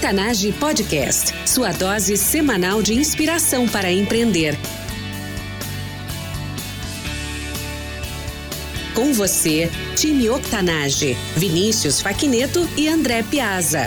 Octanage Podcast, sua dose semanal de inspiração para empreender. Com você, time Octanage, Vinícius Facchineto e André Piazza.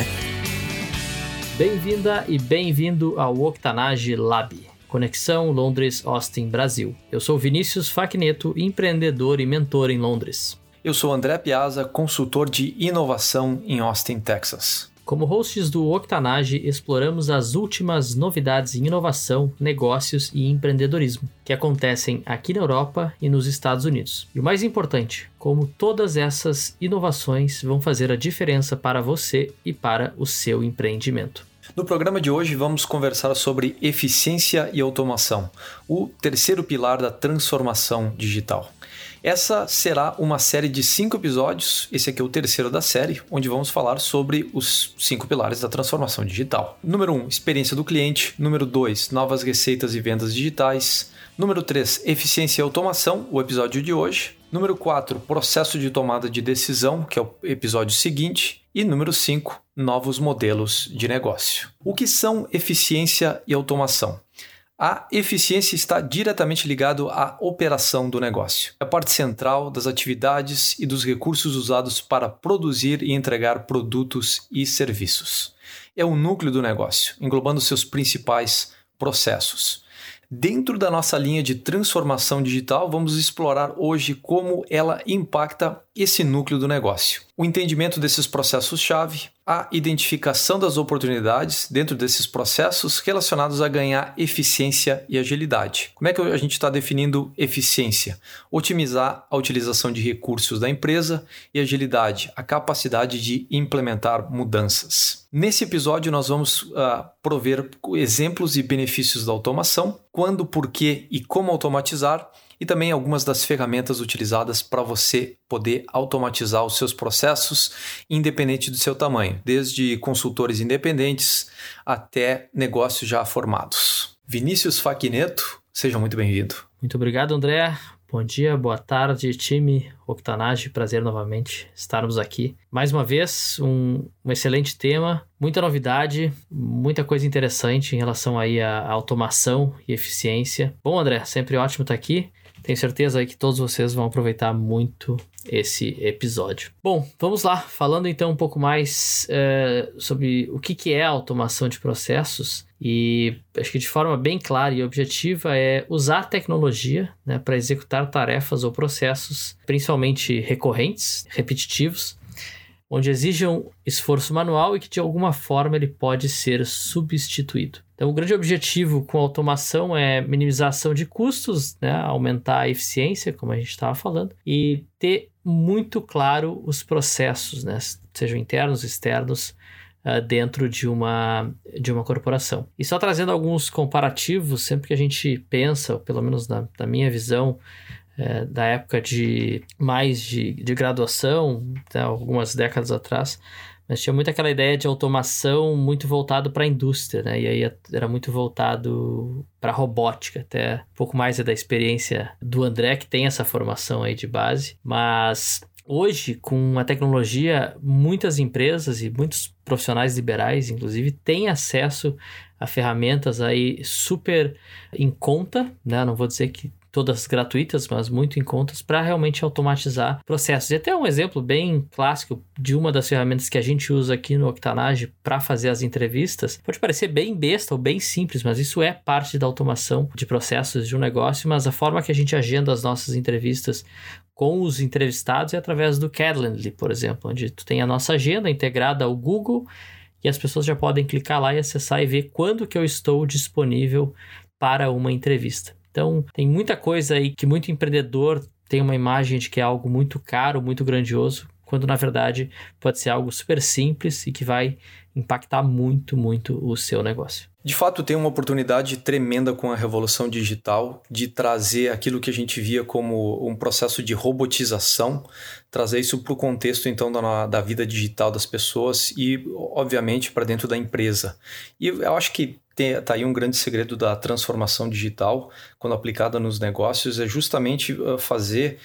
Bem-vinda e bem-vindo ao Octanage Lab, Conexão Londres-Austin, Brasil. Eu sou Vinícius Facchineto, empreendedor e mentor em Londres. Eu sou André Piazza, consultor de inovação em Austin, Texas. Como hosts do Octanage, exploramos as últimas novidades em inovação, negócios e empreendedorismo que acontecem aqui na Europa e nos Estados Unidos. E o mais importante, como todas essas inovações vão fazer a diferença para você e para o seu empreendimento. No programa de hoje vamos conversar sobre eficiência e automação, o terceiro pilar da transformação digital. Essa será uma série de 5 episódios, esse aqui é o terceiro da série, onde vamos falar sobre os 5 pilares da transformação digital. Número 1, experiência do cliente. Número 2, novas receitas e vendas digitais. Número 3, eficiência e automação, o episódio de hoje. Número 4, processo de tomada de decisão, que é o episódio seguinte. E número 5, novos modelos de negócio. O que são eficiência e automação? A eficiência está diretamente ligada à operação do negócio. É a parte central das atividades e dos recursos usados para produzir e entregar produtos e serviços. É o núcleo do negócio, englobando seus principais processos. Dentro da nossa linha de transformação digital, vamos explorar hoje como ela impacta esse núcleo do negócio. O entendimento desses processos-chave, a identificação das oportunidades dentro desses processos relacionados a ganhar eficiência e agilidade. Como é que a gente está definindo eficiência? Otimizar a utilização de recursos da empresa e agilidade, a capacidade de implementar mudanças. Nesse episódio nós vamos prover exemplos e benefícios da automação, quando, por que e como automatizar, e também algumas das ferramentas utilizadas para você poder automatizar os seus processos, independente do seu tamanho, desde consultores independentes até negócios já formados. Vinícius Facchineto, seja muito bem-vindo. Muito obrigado, André. Bom dia, boa tarde, time Octanage. Prazer novamente estarmos aqui. Mais uma vez, um excelente tema, muita novidade, muita coisa interessante em relação aí à automação e eficiência. Bom, André, sempre ótimo estar aqui. Tenho certeza aí que todos vocês vão aproveitar muito esse episódio. Bom, vamos lá. Falando então um pouco mais sobre o que é a automação de processos, e acho que de forma bem clara e objetiva é usar a tecnologia, né, para executar tarefas ou processos, principalmente recorrentes, repetitivos, onde exijam esforço manual e que de alguma forma ele pode ser substituído. Então, o grande objetivo com a automação é minimização de custos, né, aumentar a eficiência, como a gente estava falando, e ter muito claro os processos, né, sejam internos, externos, dentro de uma corporação. E só trazendo alguns comparativos, sempre que a gente pensa, pelo menos na minha visão, da época de graduação, né, algumas décadas atrás, mas tinha muito aquela ideia de automação muito voltado para a indústria, né? E aí era muito voltado para a robótica, até um pouco mais da experiência do André, que tem essa formação aí de base. Mas hoje, com a tecnologia, muitas empresas e muitos profissionais liberais, inclusive, têm acesso a ferramentas aí super em conta, né? Não vou dizer que todas gratuitas, mas muito em contas, para realmente automatizar processos. E até um exemplo bem clássico de uma das ferramentas que a gente usa aqui no Octanage para fazer as entrevistas, pode parecer bem besta ou bem simples, mas isso é parte da automação de processos de um negócio, mas a forma que a gente agenda as nossas entrevistas com os entrevistados é através do Calendly, por exemplo, onde tu tem a nossa agenda integrada ao Google e as pessoas já podem clicar lá e acessar e ver quando que eu estou disponível para uma entrevista. Então, tem muita coisa aí que muito empreendedor tem uma imagem de que é algo muito caro, muito grandioso, quando na verdade pode ser algo super simples e que vai impactar muito, muito o seu negócio. De fato, tem uma oportunidade tremenda com a revolução digital de trazer aquilo que a gente via como um processo de robotização, trazer isso para o contexto então da vida digital das pessoas e, obviamente, para dentro da empresa. E eu acho que Tá aí um grande segredo da transformação digital, quando aplicada nos negócios, é justamente fazer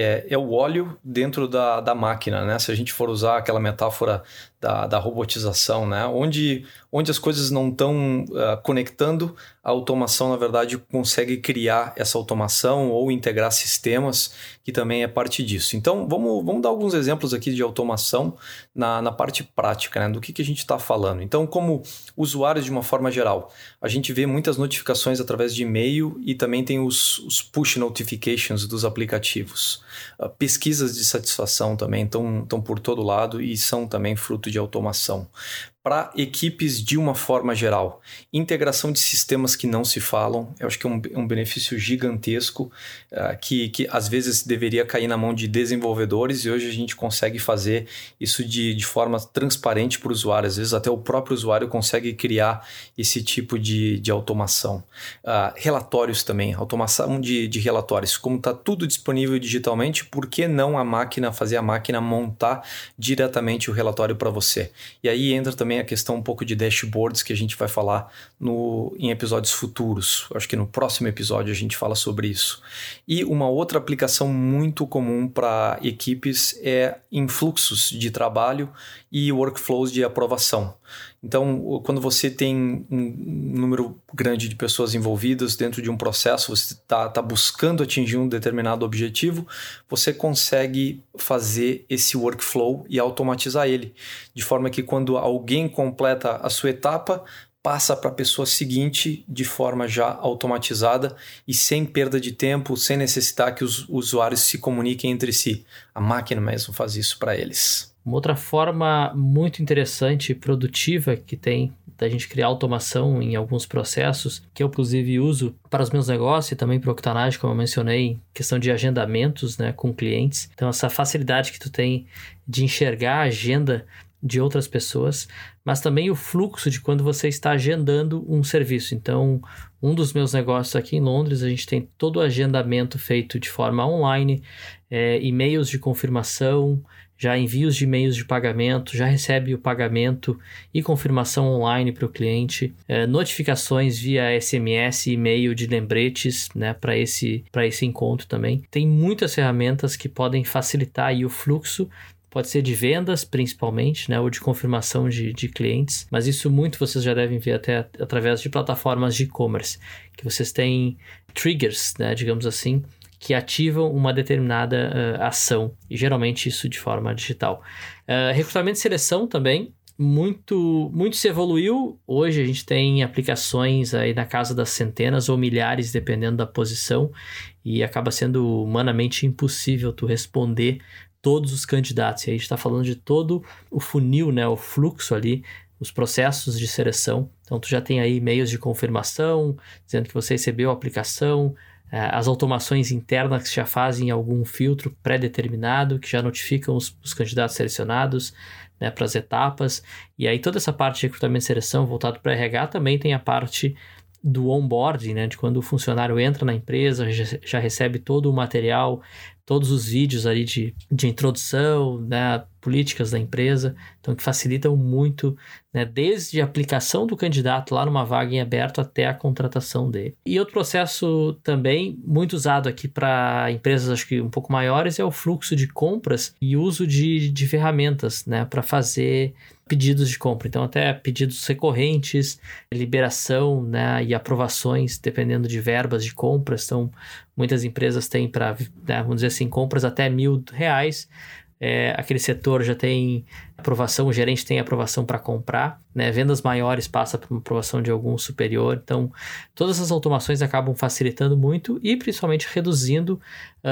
o óleo dentro da máquina, né? Se a gente for usar aquela metáfora da robotização, né? Onde as coisas não estão conectando, a automação, na verdade, consegue criar essa automação ou integrar sistemas, que também é parte disso. Então, vamos dar alguns exemplos aqui de automação na parte prática, né? Do que a gente está falando. Então, como usuários de uma forma geral, a gente vê muitas notificações através de e-mail e também tem os push notifications dos aplicativos. Pesquisas de satisfação também estão por todo lado e são também fruto de automação. Para equipes de uma forma geral, integração de sistemas que não se falam, eu acho que é um benefício gigantesco que às vezes deveria cair na mão de desenvolvedores e hoje a gente consegue fazer isso de forma transparente para o usuário. Às vezes até o próprio usuário consegue criar esse tipo de automação. Relatórios também, automação de relatórios. Como está tudo disponível digitalmente, por que não fazer a máquina montar diretamente o relatório para você? E aí entra também a questão um pouco de dashboards que a gente vai falar em episódios futuros. Acho que no próximo episódio a gente fala sobre isso. E uma outra aplicação muito comum para equipes é em fluxos de trabalho e workflows de aprovação. Então, quando você tem um número grande de pessoas envolvidas dentro de um processo, você está buscando atingir um determinado objetivo, você consegue fazer esse workflow e automatizar ele, de forma que quando alguém completa a sua etapa, passa para a pessoa seguinte de forma já automatizada e sem perda de tempo, sem necessitar que os usuários se comuniquem entre si. A máquina mesmo faz isso para eles. Uma outra forma muito interessante e produtiva que tem da gente criar automação em alguns processos, que eu inclusive uso para os meus negócios e também para o Octanage, como eu mencionei, questão de agendamentos, né, com clientes. Então essa facilidade que tu tem de enxergar a agenda de outras pessoas, mas também o fluxo de quando você está agendando um serviço. Então, um dos meus negócios aqui em Londres, a gente tem todo o agendamento feito de forma online, e-mails de confirmação, já envios de e-mails de pagamento, já recebe o pagamento e confirmação online para o cliente, notificações via SMS e e-mail de lembretes, né, para esse encontro também. Tem muitas ferramentas que podem facilitar aí o fluxo. Pode ser de vendas, principalmente, né, ou de confirmação de clientes, mas isso muito vocês já devem ver até através de plataformas de e-commerce, que vocês têm triggers, né, digamos assim, que ativam uma determinada ação, e geralmente isso de forma digital. Recrutamento e seleção também, muito se evoluiu. Hoje a gente tem aplicações aí na casa das centenas ou milhares, dependendo da posição, e acaba sendo humanamente impossível tu responder todos os candidatos. E aí a gente está falando de todo o funil, né, o fluxo ali, os processos de seleção. Então tu já tem aí e-mails de confirmação, dizendo que você recebeu a aplicação, as automações internas que já fazem algum filtro pré-determinado, que já notificam os candidatos selecionados, né, para as etapas. E aí toda essa parte de recrutamento e seleção voltado para RH também tem a parte do onboarding, né, de quando o funcionário entra na empresa, já recebe todo o material, todos os vídeos ali de introdução, né, políticas da empresa, então que facilitam muito, né, desde a aplicação do candidato lá numa vaga em aberto até a contratação dele. E outro processo também muito usado aqui para empresas acho que um pouco maiores é o fluxo de compras e uso de ferramentas, né, para fazer pedidos de compra. Então até pedidos recorrentes, liberação, né, e aprovações dependendo de verbas de compras. Então muitas empresas têm para, né, vamos dizer assim, compras até R$1.000. Aquele setor já tem aprovação, o gerente tem aprovação para comprar, né? Vendas maiores passa por uma aprovação de algum superior. Então, todas essas automações acabam facilitando muito e principalmente reduzindo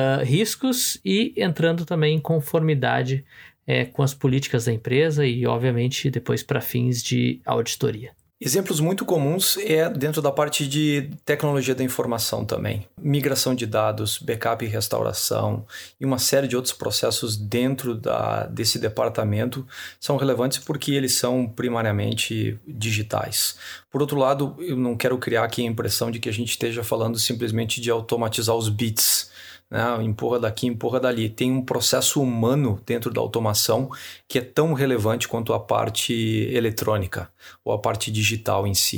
riscos e entrando também em conformidade com as políticas da empresa e, obviamente, depois para fins de auditoria. Exemplos muito comuns dentro da parte de tecnologia da informação também. Migração de dados, backup e restauração e uma série de outros processos dentro desse departamento são relevantes porque eles são primariamente digitais. Por outro lado, eu não quero criar aqui a impressão de que a gente esteja falando simplesmente de automatizar os bits, né? Empurra daqui, empurra dali. Tem um processo humano dentro da automação que é tão relevante quanto a parte eletrônica ou a parte digital em si,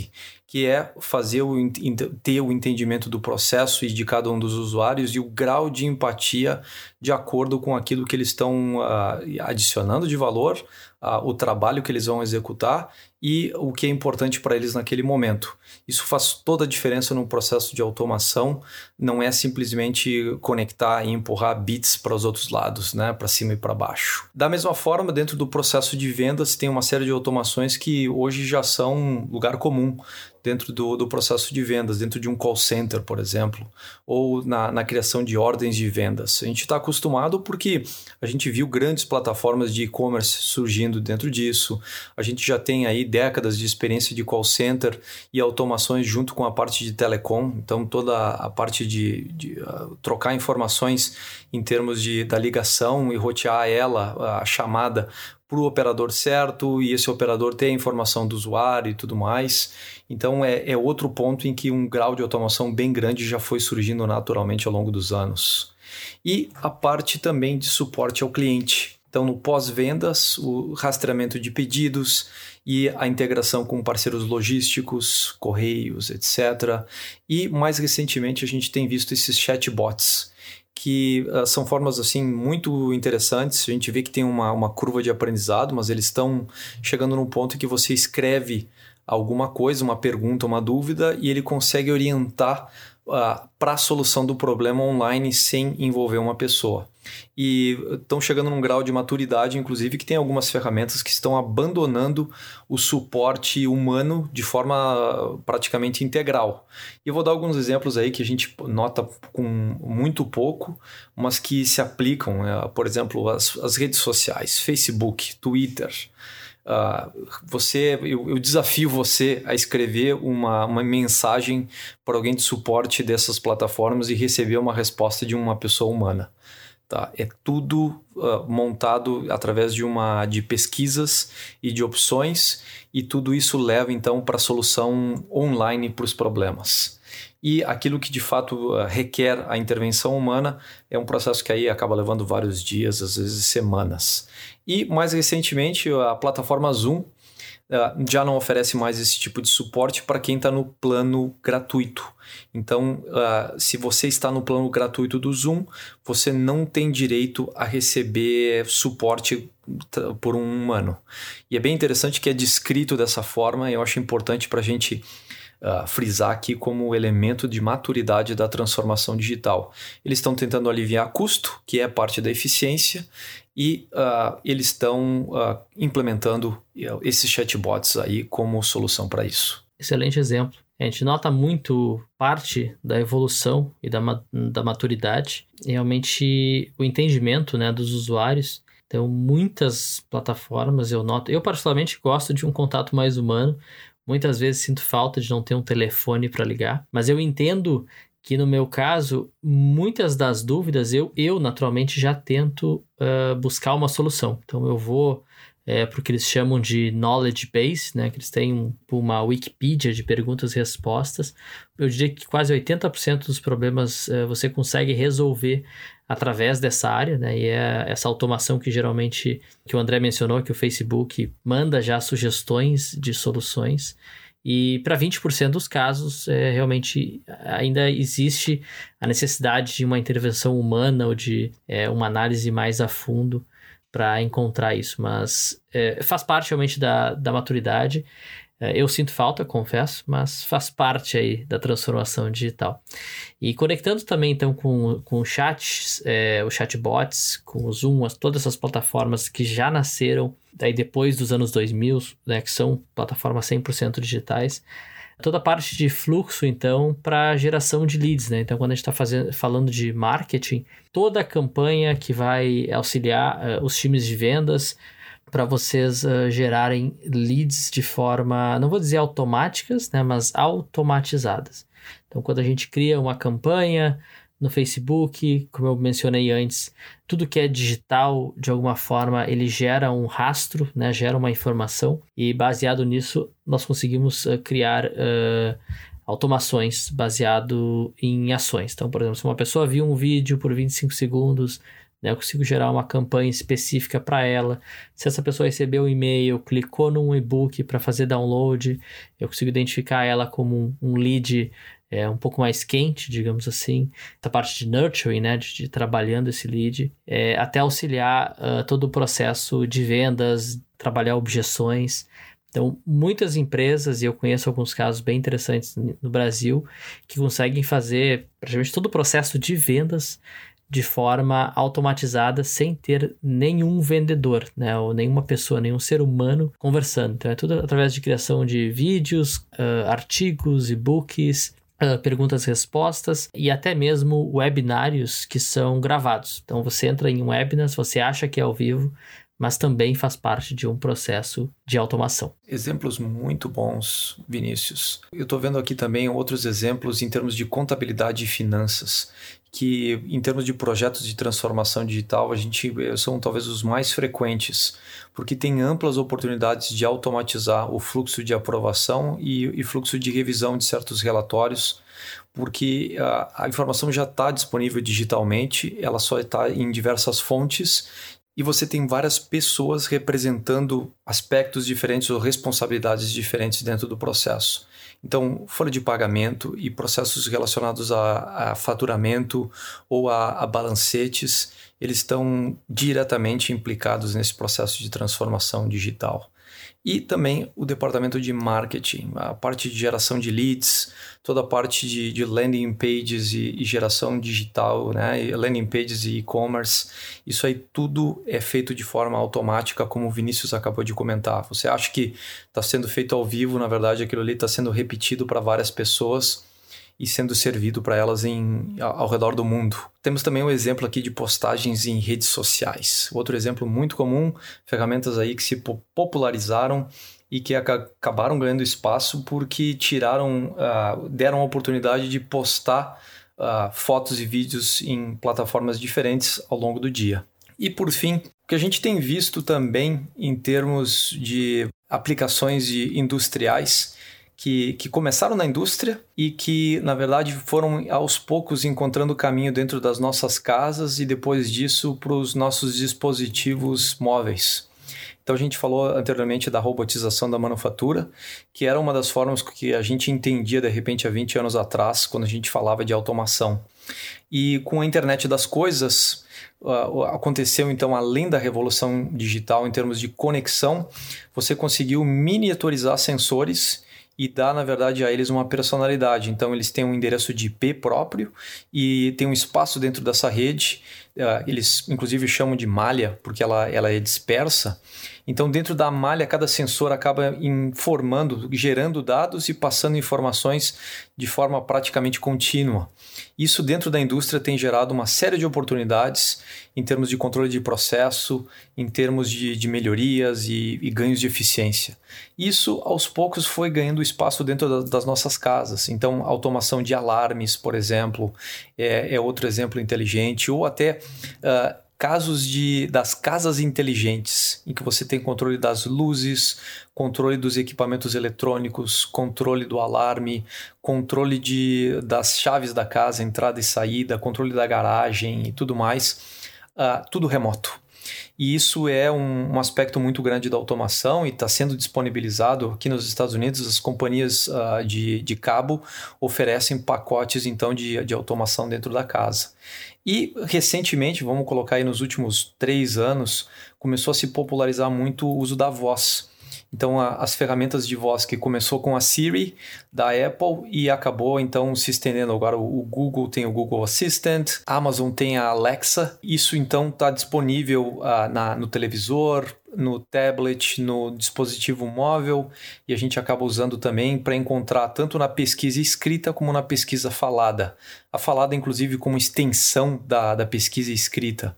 que é ter o entendimento do processo e de cada um dos usuários e o grau de empatia de acordo com aquilo que eles estão adicionando de valor, o trabalho que eles vão executar e o que é importante para eles naquele momento. Isso faz toda a diferença no processo de automação, não é simplesmente conectar e empurrar bits para os outros lados, né? Para cima e para baixo. Da mesma forma, dentro do processo de vendas, tem uma série de automações que hoje já são lugar comum dentro do processo de vendas, dentro de um call center, por exemplo, ou na criação de ordens de vendas. A gente está acostumado porque a gente viu grandes plataformas de e-commerce surgindo dentro disso, a gente já tem aí décadas de experiência de call center e automações junto com a parte de telecom, então toda a parte de trocar informações em termos da ligação e rotear a chamada para o operador certo e esse operador ter a informação do usuário e tudo mais. Então é outro ponto em que um grau de automação bem grande já foi surgindo naturalmente ao longo dos anos. E a parte também de suporte ao cliente. Então no pós-vendas, o rastreamento de pedidos e a integração com parceiros logísticos, correios, etc. E mais recentemente a gente tem visto esses chatbots, que são formas assim muito interessantes. A gente vê que tem uma curva de aprendizado, mas eles estão chegando num ponto em que você escreve alguma coisa, uma pergunta, uma dúvida, e ele consegue orientar para a solução do problema online sem envolver uma pessoa. E estão chegando num grau de maturidade, inclusive, que tem algumas ferramentas que estão abandonando o suporte humano de forma praticamente integral. E eu vou dar alguns exemplos aí que a gente nota com muito pouco, mas que se aplicam, por exemplo, as redes sociais, Facebook, Twitter. Eu desafio você a escrever uma mensagem para alguém de suporte dessas plataformas e receber uma resposta de uma pessoa humana. Tá? É tudo montado através de pesquisas e de opções, e tudo isso leva então para a solução online para os problemas. E aquilo que de fato requer a intervenção humana é um processo que aí acaba levando vários dias, às vezes semanas. E mais recentemente a plataforma Zoom já não oferece mais esse tipo de suporte para quem está no plano gratuito. Então, se você está no plano gratuito do Zoom, você não tem direito a receber suporte por um humano. E é bem interessante que é descrito dessa forma, e eu acho importante para a gente frisar aqui como elemento de maturidade da transformação digital. Eles estão tentando aliviar custo, que é parte da eficiência, e eles estão implementando esses chatbots aí como solução para isso. Excelente exemplo. A gente nota muito parte da evolução e da maturidade, e realmente o entendimento, né, dos usuários. Então, muitas plataformas eu noto. Eu, particularmente, gosto de um contato mais humano. Muitas vezes sinto falta de não ter um telefone para ligar, mas eu entendo que no meu caso, muitas das dúvidas eu naturalmente já tento buscar uma solução. Então eu vou para o que eles chamam de knowledge base, né? Que eles têm uma Wikipedia de perguntas e respostas. Eu diria que quase 80% dos problemas você consegue resolver através dessa área, né? E é essa automação que geralmente, que o André mencionou, que o Facebook manda já sugestões de soluções. E para 20% dos casos, realmente ainda existe a necessidade de uma intervenção humana ou de uma análise mais a fundo para encontrar isso. Mas faz parte realmente da maturidade. Eu sinto falta, confesso, mas faz parte aí da transformação digital. E conectando também então com os chatbots, com o Zoom, todas essas plataformas que já nasceram daí depois dos anos 2000, né, que são plataformas 100% digitais, toda a parte de fluxo então para geração de leads, né? Então quando a gente está falando de marketing, toda a campanha que vai auxiliar os times de vendas para vocês gerarem leads de forma, não vou dizer automáticas, né, mas automatizadas. Então, quando a gente cria uma campanha no Facebook, como eu mencionei antes, tudo que é digital, de alguma forma, ele gera um rastro, né, gera uma informação, e baseado nisso, nós conseguimos criar automações baseado em ações. Então, por exemplo, se uma pessoa viu um vídeo por 25 segundos, né? Eu consigo gerar uma campanha específica para ela. Se essa pessoa recebeu um e-mail, clicou num e-book para fazer download, eu consigo identificar ela como um lead um pouco mais quente, digamos assim. Essa parte de nurturing, né? De trabalhando esse lead, até auxiliar todo o processo de vendas, trabalhar objeções. Então, muitas empresas, e eu conheço alguns casos bem interessantes no Brasil, que conseguem fazer praticamente todo o processo de vendas de forma automatizada, sem ter nenhum vendedor, né? Ou nenhuma pessoa, nenhum ser humano conversando. Então, é tudo através de criação de vídeos, artigos, e-books, perguntas e respostas e até mesmo webinários que são gravados. Então, você entra em um webinar, você acha que é ao vivo, mas também faz parte de um processo de automação. Exemplos muito bons, Vinícius. Eu estou vendo aqui também outros exemplos em termos de contabilidade e finanças, que em termos de projetos de transformação digital, são talvez os mais frequentes, porque tem amplas oportunidades de automatizar o fluxo de aprovação e fluxo de revisão de certos relatórios, porque a informação já está disponível digitalmente, ela só está em diversas fontes, e você tem várias pessoas representando aspectos diferentes ou responsabilidades diferentes dentro do processo. Então, folha de pagamento e processos relacionados a faturamento ou a balancetes, eles estão diretamente implicados nesse processo de transformação digital. E também o departamento de marketing, a parte de geração de leads, toda a parte de landing pages e geração digital, né? Landing pages e e-commerce, isso aí tudo é feito de forma automática, como o Vinícius acabou de comentar. Você acha que está sendo feito ao vivo, na verdade aquilo ali está sendo repetido para várias pessoas e sendo servido para elas ao redor do mundo. Temos também um exemplo aqui de postagens em redes sociais. Outro exemplo muito comum, ferramentas aí que se popularizaram e que acabaram ganhando espaço porque deram a oportunidade de postar fotos e vídeos em plataformas diferentes ao longo do dia. E por fim, o que a gente tem visto também em termos de aplicações industriais, que começaram na indústria e que, na verdade, foram aos poucos encontrando caminho dentro das nossas casas e depois disso para os nossos dispositivos móveis. Então, a gente falou anteriormente da robotização da manufatura, que era uma das formas que a gente entendia, de repente, há 20 anos atrás, quando a gente falava de automação. E com a internet das coisas, aconteceu, então, além da revolução digital em termos de conexão, você conseguiu miniaturizar sensores e dá, na verdade, a eles uma personalidade. Então, eles têm um endereço de IP próprio e tem um espaço dentro dessa rede. Eles, inclusive, chamam de malha, porque ela é dispersa. Então, dentro da malha, cada sensor acaba gerando dados e passando informações de forma praticamente contínua. Isso, dentro da indústria, tem gerado uma série de oportunidades em termos de controle de processo, em termos de melhorias e ganhos de eficiência. Isso, aos poucos, foi ganhando espaço dentro das nossas casas. Então, automação de alarmes, por exemplo, é outro exemplo inteligente, ou até casos das casas inteligentes, em que você tem controle das luzes, controle dos equipamentos eletrônicos, controle do alarme, controle das chaves da casa, entrada e saída, controle da garagem e tudo mais, tudo remoto. E isso é um aspecto muito grande da automação e está sendo disponibilizado aqui nos Estados Unidos. As companhias de cabo oferecem pacotes então de automação dentro da casa. E recentemente, vamos colocar aí nos últimos 3 anos, começou a se popularizar muito o uso da voz. Então, as ferramentas de voz que começou com a Siri da Apple e acabou então se estendendo. Agora o Google tem o Google Assistant, a Amazon tem a Alexa. Isso então está disponível no televisor, no tablet, no dispositivo móvel, e a gente acaba usando também para encontrar tanto na pesquisa escrita como na pesquisa falada. A falada, inclusive, como extensão da pesquisa escrita.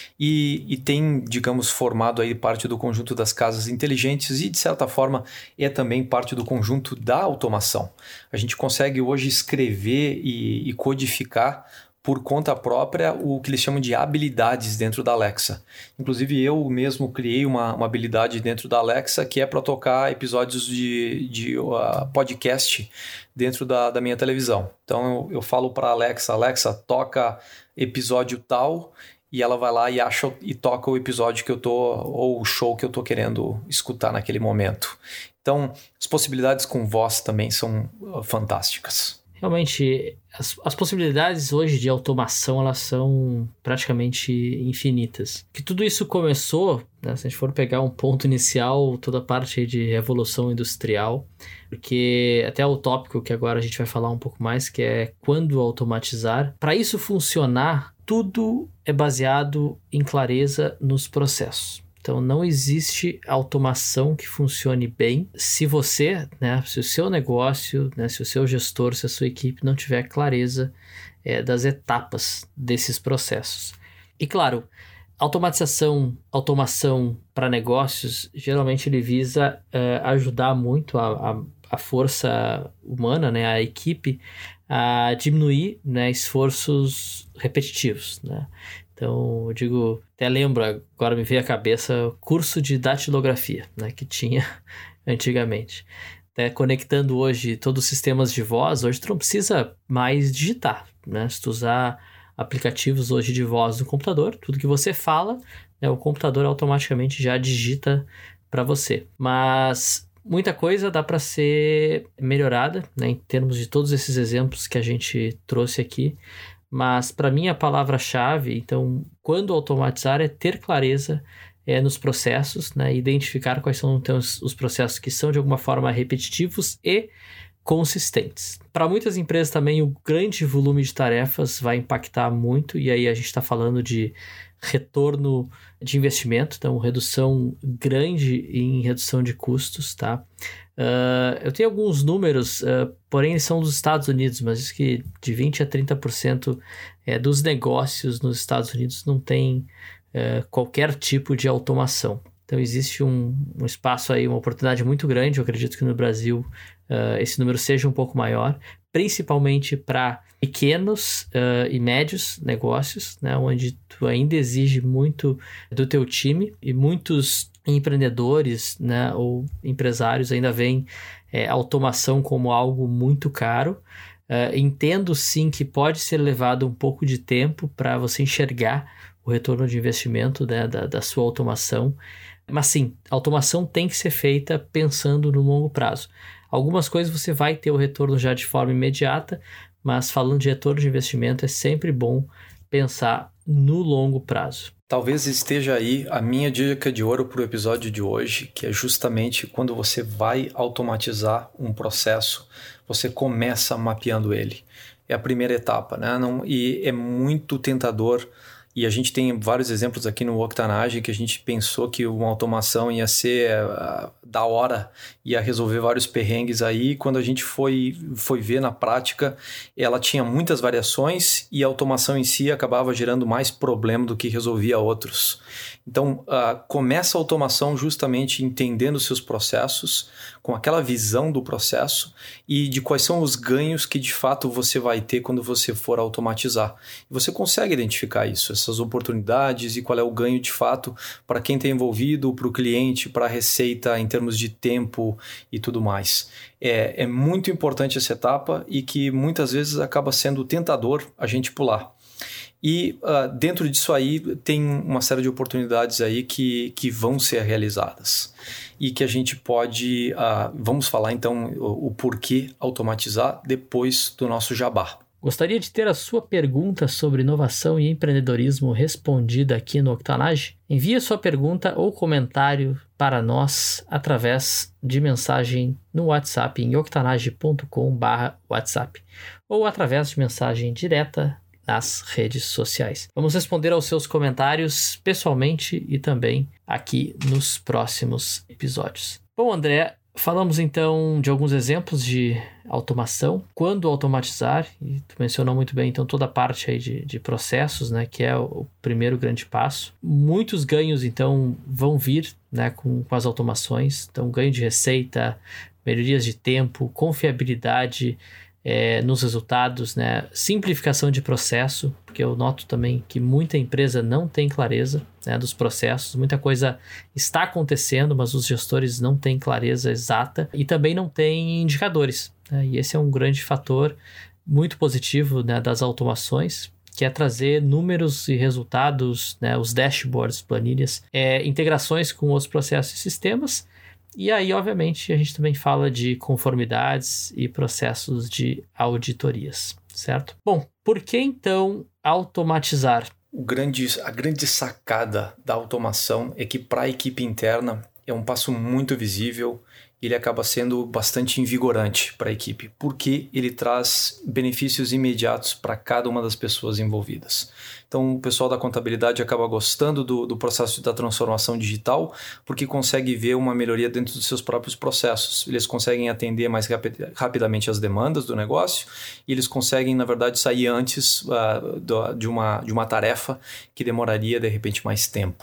E tem, digamos, formado aí parte do conjunto das casas inteligentes e, de certa forma, é também parte do conjunto da automação. A gente consegue hoje escrever e codificar por conta própria o que eles chamam de habilidades dentro da Alexa. Inclusive, eu mesmo criei uma habilidade dentro da Alexa que é para tocar episódios de podcast dentro da minha televisão. Então, eu falo para a Alexa, toca episódio tal, e ela vai lá e acha e toca o episódio que eu tô, ou o show que eu tô querendo escutar naquele momento. Então, as possibilidades com voz também são fantásticas. Realmente, as possibilidades hoje de automação, elas são praticamente infinitas. Que tudo isso começou, né, se a gente for pegar um ponto inicial, toda a parte aí de revolução industrial, porque até o tópico que agora a gente vai falar um pouco mais, que é quando automatizar. Para isso funcionar, tudo é baseado em clareza nos processos. Então, não existe automação que funcione bem se você, né, se o seu negócio, né, se o seu gestor, se a sua equipe não tiver clareza das etapas desses processos. E claro, automação para negócios, geralmente ele visa ajudar muito a força humana, né, a equipe, a diminuir, né, esforços repetitivos, né? Então, eu digo, até lembro, agora me veio à cabeça, curso de datilografia, né, que tinha antigamente. Até conectando hoje todos os sistemas de voz, hoje tu não precisa mais digitar, né? Se tu usar aplicativos hoje de voz no computador, tudo que você fala, né, o computador automaticamente já digita para você. Mas muita coisa dá para ser melhorada, né, em termos de todos esses exemplos que a gente trouxe aqui. Mas, para mim, a palavra-chave, então, quando automatizar, é ter clareza nos processos, né? Identificar quais são então, os processos que são, de alguma forma, repetitivos e consistentes. Para muitas empresas também, o grande volume de tarefas vai impactar muito, e aí a gente está falando de retorno de investimento, então, redução grande em redução de custos, tá? Eu tenho alguns números, porém eles são dos Estados Unidos, mas diz que de 20% a 30% dos negócios nos Estados Unidos não tem qualquer tipo de automação. Então existe um espaço aí, uma oportunidade muito grande. Eu acredito que no Brasil esse número seja um pouco maior, principalmente para pequenos e médios negócios, né, onde tu ainda exige muito do teu time, e muitos empreendedores, né, ou empresários ainda veem automação como algo muito caro. Entendo sim que pode ser levado um pouco de tempo para você enxergar o retorno de investimento, né, da sua automação, mas sim, a automação tem que ser feita pensando no longo prazo. Algumas coisas você vai ter o retorno já de forma imediata, mas falando de retorno de investimento, é sempre bom pensar no longo prazo. Talvez esteja aí a minha dica de ouro para o episódio de hoje, que é justamente quando você vai automatizar um processo, você começa mapeando ele. É a primeira etapa, né? E é muito tentador. E a gente tem vários exemplos aqui no Octanage que a gente pensou que uma automação ia ser da hora, ia resolver vários perrengues aí. Quando a gente foi ver na prática, ela tinha muitas variações e a automação em si acabava gerando mais problema do que resolvia outros. Então, começa a automação justamente entendendo os seus processos, com aquela visão do processo e de quais são os ganhos que de fato você vai ter quando você for automatizar. E você consegue identificar isso, essas oportunidades e qual é o ganho de fato para quem está envolvido, para o cliente, para a receita em termos de tempo e tudo mais. É muito importante essa etapa e que muitas vezes acaba sendo tentador a gente pular. E dentro disso aí tem uma série de oportunidades aí que vão ser realizadas e que a gente pode, vamos falar então o porquê automatizar depois do nosso jabá. Gostaria de ter a sua pergunta sobre inovação e empreendedorismo respondida aqui no Octanage? Envie a sua pergunta ou comentário para nós através de mensagem no WhatsApp em octanage.com/WhatsApp ou através de mensagem direta nas redes sociais. Vamos responder aos seus comentários pessoalmente e também aqui nos próximos episódios. Bom, André, falamos então de alguns exemplos de automação. Quando automatizar, e tu mencionou muito bem então toda a parte aí de processos, né, que é o primeiro grande passo. Muitos ganhos então vão vir, né, com as automações. Então ganho de receita, melhorias de tempo, confiabilidade nos resultados, né? Simplificação de processo, porque eu noto também que muita empresa não tem clareza, né, dos processos, muita coisa está acontecendo, mas os gestores não têm clareza exata e também não têm indicadores, né? E esse é um grande fator muito positivo, né, das automações, que é trazer números e resultados, né, os dashboards, planilhas, integrações com outros processos e sistemas. E aí, obviamente, a gente também fala de conformidades e processos de auditorias, certo? Bom, por que então automatizar? A grande sacada da automação é que para a equipe interna é um passo muito visível e ele acaba sendo bastante invigorante para a equipe, porque ele traz benefícios imediatos para cada uma das pessoas envolvidas. Então, o pessoal da contabilidade acaba gostando do processo da transformação digital porque consegue ver uma melhoria dentro dos seus próprios processos. Eles conseguem atender mais rapidamente as demandas do negócio e eles conseguem, na verdade, sair antes de uma tarefa que demoraria, de repente, mais tempo.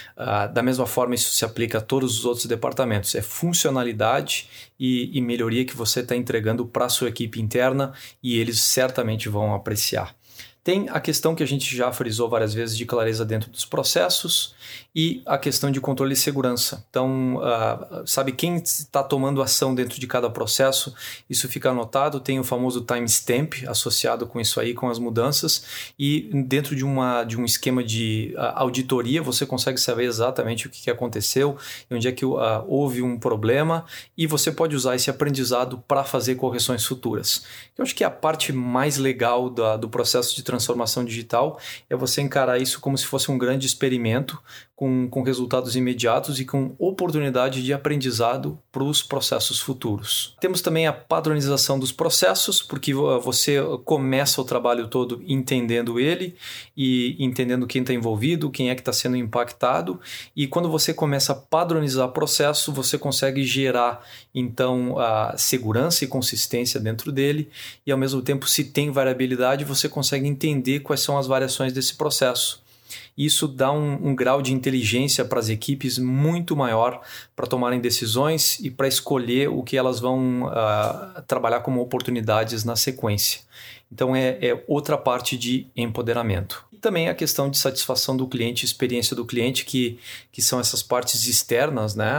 Da mesma forma, isso se aplica a todos os outros departamentos. É funcionalidade e melhoria que você está entregando para a sua equipe interna e eles certamente vão apreciar. Tem a questão que a gente já frisou várias vezes de clareza dentro dos processos e a questão de controle e segurança. Então, sabe quem está tomando ação dentro de cada processo? Isso fica anotado, tem o famoso timestamp associado com isso aí, com as mudanças, e dentro de um esquema de auditoria você consegue saber exatamente o que aconteceu, onde é que houve um problema, e você pode usar esse aprendizado para fazer correções futuras. Eu acho que a parte mais legal do processo de transformação digital é você encarar isso como se fosse um grande experimento com resultados imediatos e com oportunidade de aprendizado para os processos futuros. Temos também a padronização dos processos, porque você começa o trabalho todo entendendo ele e entendendo quem está envolvido, quem é que está sendo impactado, e quando você começa a padronizar o processo, você consegue gerar então a segurança e consistência dentro dele e ao mesmo tempo, se tem variabilidade, você consegue entender quais são as variações desse processo. Isso dá um grau de inteligência para as equipes muito maior para tomarem decisões e para escolher o que elas vão trabalhar como oportunidades na sequência. Então é outra parte de empoderamento. E também a questão de satisfação do cliente, experiência do cliente, que são essas partes externas, né?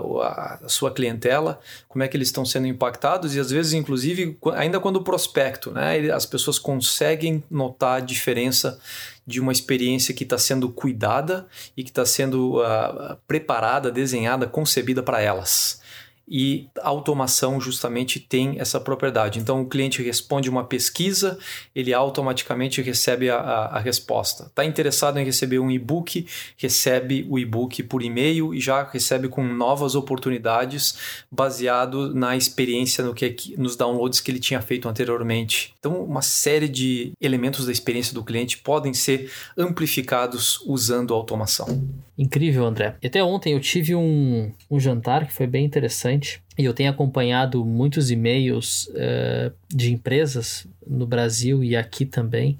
A sua clientela, como é que eles estão sendo impactados e às vezes, inclusive, ainda quando o prospecto, né? As pessoas conseguem notar a diferença de uma experiência que está sendo cuidada e que está sendo preparada, desenhada, concebida para elas. E a automação justamente tem essa propriedade. Então, o cliente responde uma pesquisa, ele automaticamente recebe a resposta. Está interessado em receber um e-book, recebe o e-book por e-mail e já recebe com novas oportunidades baseado na experiência, nos downloads que ele tinha feito anteriormente. Então, uma série de elementos da experiência do cliente podem ser amplificados usando a automação. Incrível, André. E até ontem eu tive um jantar que foi bem interessante e eu tenho acompanhado muitos e-mails de empresas no Brasil e aqui também,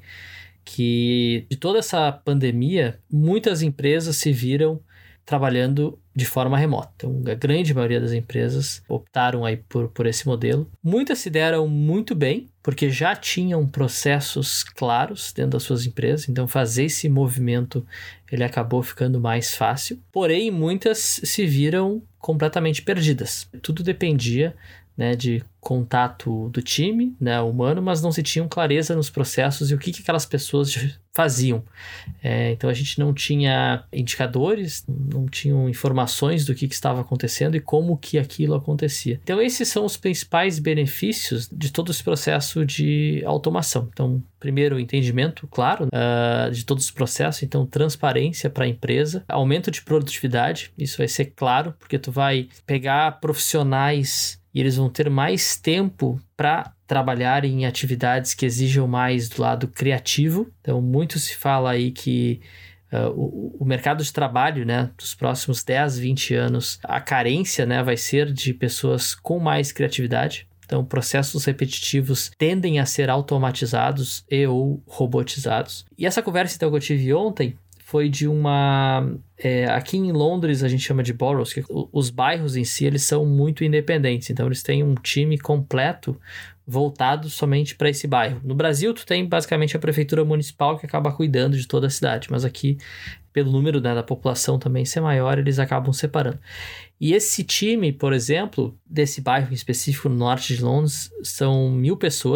que de toda essa pandemia, muitas empresas se viram trabalhando de forma remota. Então, a grande maioria das empresas optaram aí por esse modelo. Muitas se deram muito bem, porque já tinham processos claros dentro das suas empresas, então fazer esse movimento ele acabou ficando mais fácil. Porém, muitas se viram completamente perdidas. Tudo dependia, né, de contato do time, né, humano, mas não se tinham clareza nos processos e o que aquelas pessoas faziam. Então a gente não tinha indicadores, não tinham informações do que estava acontecendo e como que aquilo acontecia. Então esses são os principais benefícios de todo esse processo de automação. Então, primeiro, entendimento, claro, de todos os processos, então transparência para a empresa, aumento de produtividade, isso vai ser claro, porque tu vai pegar profissionais e eles vão ter mais tempo para trabalhar em atividades que exijam mais do lado criativo. Então, muito se fala aí que o mercado de trabalho, né, dos próximos 10, 20 anos, a carência, né, vai ser de pessoas com mais criatividade. Então, processos repetitivos tendem a ser automatizados e ou robotizados. E essa conversa então, que eu tive ontem foi de uma... aqui em Londres a gente chama de boroughs, que os bairros em si eles são muito independentes, então eles têm um time completo voltado somente para esse bairro. No Brasil tu tem basicamente a prefeitura municipal que acaba cuidando de toda a cidade, mas aqui pelo número, né, da população também ser maior, eles acabam separando. E esse time, por exemplo, desse bairro em específico no norte de Londres, são 1.000 pessoas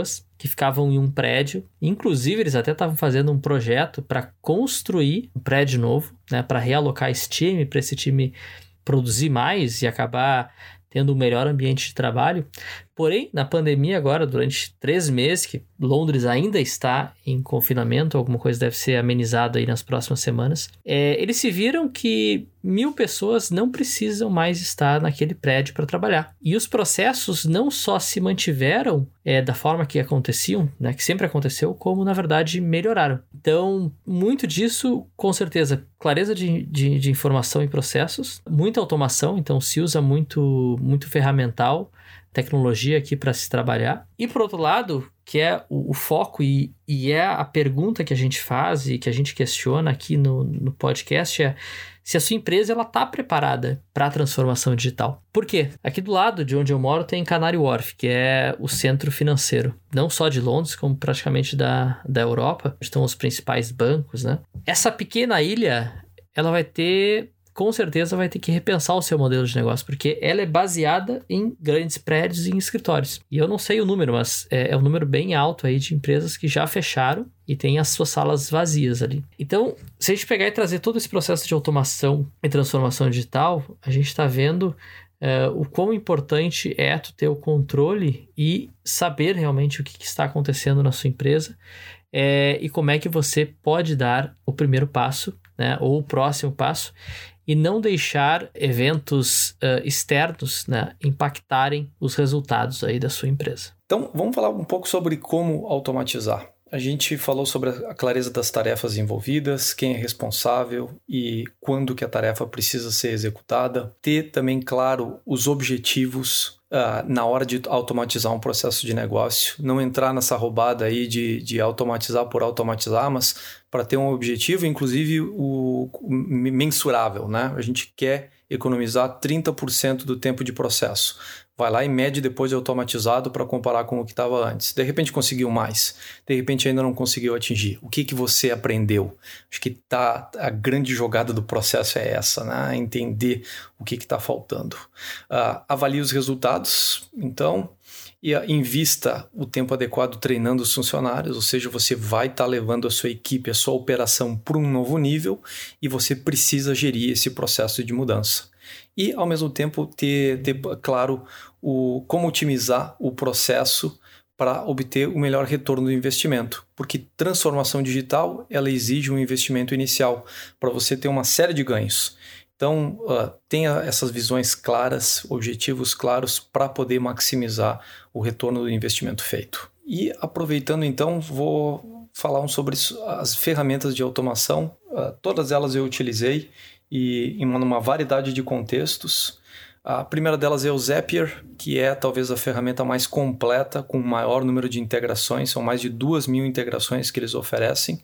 que ficavam em um prédio. Inclusive, eles até estavam fazendo um projeto para construir um prédio novo, né, para realocar esse time, para esse time produzir mais e acabar tendo um melhor ambiente de trabalho. Porém, na pandemia agora, durante 3 meses, que Londres ainda está em confinamento, alguma coisa deve ser amenizada aí nas próximas semanas, eles se viram que 1.000 pessoas não precisam mais estar naquele prédio para trabalhar. E os processos não só se mantiveram da forma que aconteciam, né, que sempre aconteceu, como, na verdade, melhoraram. Então, muito disso, com certeza, clareza de informação e processos, muita automação, então se usa muito ferramental, tecnologia aqui para se trabalhar. E por outro lado, que é o foco e é a pergunta que a gente faz e que a gente questiona aqui no podcast, é se a sua empresa está preparada para a transformação digital. Por quê? Aqui do lado de onde eu moro tem Canary Wharf, que é o centro financeiro, não só de Londres, como praticamente da Europa, onde estão os principais bancos, né? Essa pequena ilha, ela com certeza vai ter que repensar o seu modelo de negócio, porque ela é baseada em grandes prédios e em escritórios. E eu não sei o número, mas é um número bem alto aí de empresas que já fecharam e têm as suas salas vazias ali. Então, se a gente pegar e trazer todo esse processo de automação e transformação digital, a gente está vendo o quão importante é tu ter o controle e saber realmente o que está acontecendo na sua empresa e como é que você pode dar o primeiro passo, né, ou o próximo passo, e não deixar eventos externos, né, impactarem os resultados aí da sua empresa. Então, vamos falar um pouco sobre como automatizar. A gente falou sobre a clareza das tarefas envolvidas, quem é responsável e quando que a tarefa precisa ser executada. Ter também claro os objetivos na hora de automatizar um processo de negócio. Não entrar nessa roubada aí de automatizar por automatizar, mas para ter um objetivo, inclusive o mensurável, né? A gente quer economizar 30% do tempo de processo. Vai lá e mede depois de automatizado para comparar com o que estava antes. De repente conseguiu mais, de repente ainda não conseguiu atingir. O que você aprendeu? Acho que a grande jogada do processo é essa, né? Entender o que está faltando. Avalie os resultados, então, e invista o tempo adequado treinando os funcionários, ou seja, você vai estar levando a sua equipe, a sua operação para um novo nível e você precisa gerir esse processo de mudança. E, ao mesmo tempo, ter claro como otimizar o processo para obter o melhor retorno do investimento. Porque transformação digital ela exige um investimento inicial para você ter uma série de ganhos. Então, tenha essas visões claras, objetivos claros para poder maximizar o retorno do investimento feito. E, aproveitando, então, vou falar sobre as ferramentas de automação. Todas elas eu utilizei e em uma variedade de contextos. A primeira delas é o Zapier, que é talvez a ferramenta mais completa, com o maior número de integrações, são mais de 2.000 integrações que eles oferecem,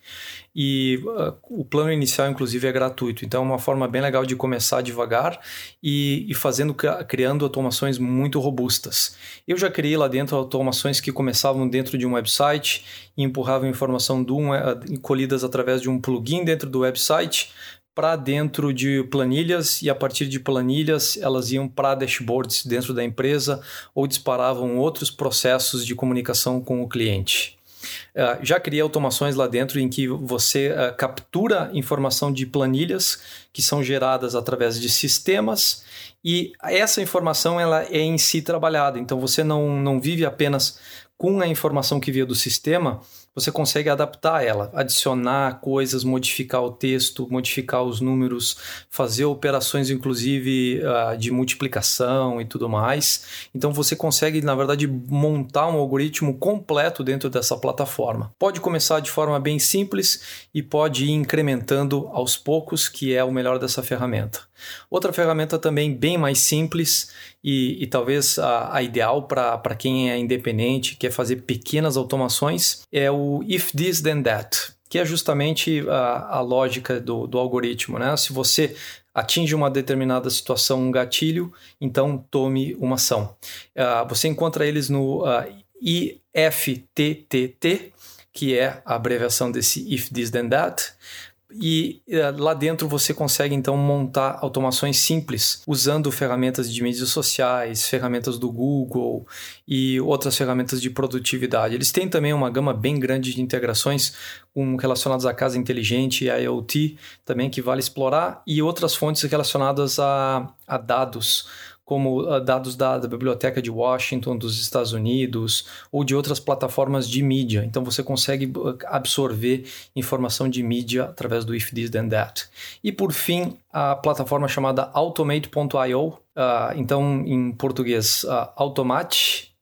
e o plano inicial, inclusive, é gratuito. Então, é uma forma bem legal de começar devagar e criando automações muito robustas. Eu já criei lá dentro automações que começavam dentro de um website e empurravam informação colhidas através de um plugin dentro do website, para dentro de planilhas, e a partir de planilhas elas iam para dashboards dentro da empresa ou disparavam outros processos de comunicação com o cliente. Já criei automações lá dentro em que você captura informação de planilhas que são geradas através de sistemas e essa informação ela é em si trabalhada, então você não vive apenas com a informação que veio do sistema, você consegue adaptar ela, adicionar coisas, modificar o texto, modificar os números, fazer operações, inclusive, de multiplicação e tudo mais. Então, você consegue, na verdade, montar um algoritmo completo dentro dessa plataforma. Pode começar de forma bem simples e pode ir incrementando aos poucos, que é o melhor dessa ferramenta. Outra ferramenta também bem mais simples e talvez a ideal para quem é independente, quer fazer pequenas automações, é o If This Then That, que é justamente a lógica do algoritmo, né? Se você atinge uma determinada situação, um gatilho, então tome uma ação. Você encontra eles no IFTTT, que é a abreviação desse If This Then That. E lá dentro você consegue então montar automações simples usando ferramentas de mídias sociais, ferramentas do Google e outras ferramentas de produtividade. Eles têm também uma gama bem grande de integrações relacionadas à casa inteligente e a IoT também que vale explorar, e outras fontes relacionadas a dados, como dados da Biblioteca de Washington, dos Estados Unidos, ou de outras plataformas de mídia. Então, você consegue absorver informação de mídia através do If This Then That. E, por fim, a plataforma chamada Automate.io, então, em português, Automate.io,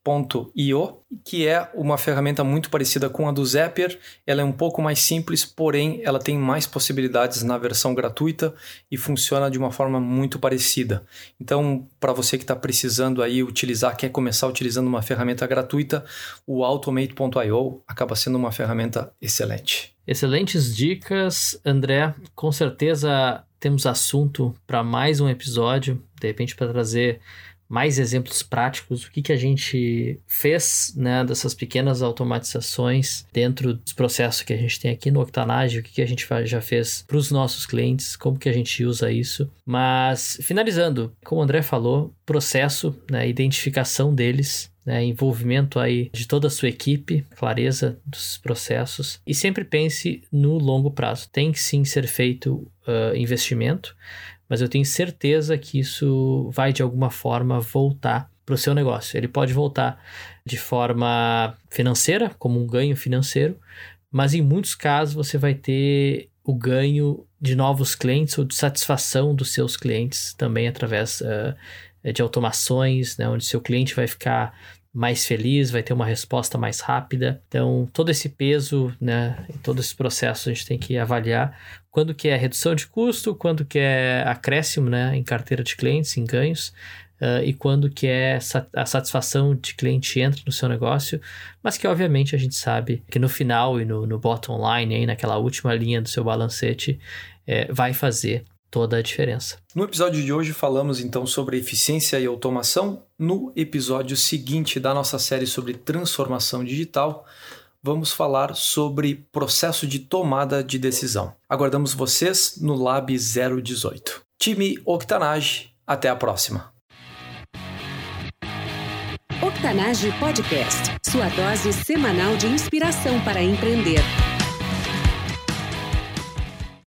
que é uma ferramenta muito parecida com a do Zapier. Ela é um pouco mais simples, porém ela tem mais possibilidades na versão gratuita e funciona de uma forma muito parecida. Então, para você que está precisando aí quer começar utilizando uma ferramenta gratuita, o Automate.io acaba sendo uma ferramenta excelente. Excelentes dicas, André. Com certeza temos assunto para mais um episódio, de repente para trazer mais exemplos práticos, o que a gente fez, né, dessas pequenas automatizações dentro dos processos que a gente tem aqui no Octanage, o que a gente já fez para os nossos clientes, como que a gente usa isso. Mas, finalizando, como o André falou, processo, né, identificação deles, né, envolvimento aí de toda a sua equipe, clareza dos processos, e sempre pense no longo prazo. Tem que sim ser feito investimento, mas eu tenho certeza que isso vai, de alguma forma, voltar para o seu negócio. Ele pode voltar de forma financeira, como um ganho financeiro, mas em muitos casos você vai ter o ganho de novos clientes ou de satisfação dos seus clientes também através de automações, né, onde seu cliente vai ficar mais feliz, vai ter uma resposta mais rápida. Então, todo esse peso, né, todo esse processo a gente tem que avaliar quando que é redução de custo, quando que é acréscimo, né, em carteira de clientes, em ganhos, e quando que é a satisfação de cliente entra no seu negócio, mas que obviamente a gente sabe que no final e no bottom line, aí, naquela última linha do seu balancete, vai fazer toda a diferença. No episódio de hoje falamos então sobre eficiência e automação. No episódio seguinte da nossa série sobre transformação digital, vamos falar sobre processo de tomada de decisão. Aguardamos vocês no Lab 018. Time Octanage, até a próxima. Octanage Podcast, sua dose semanal de inspiração para empreender.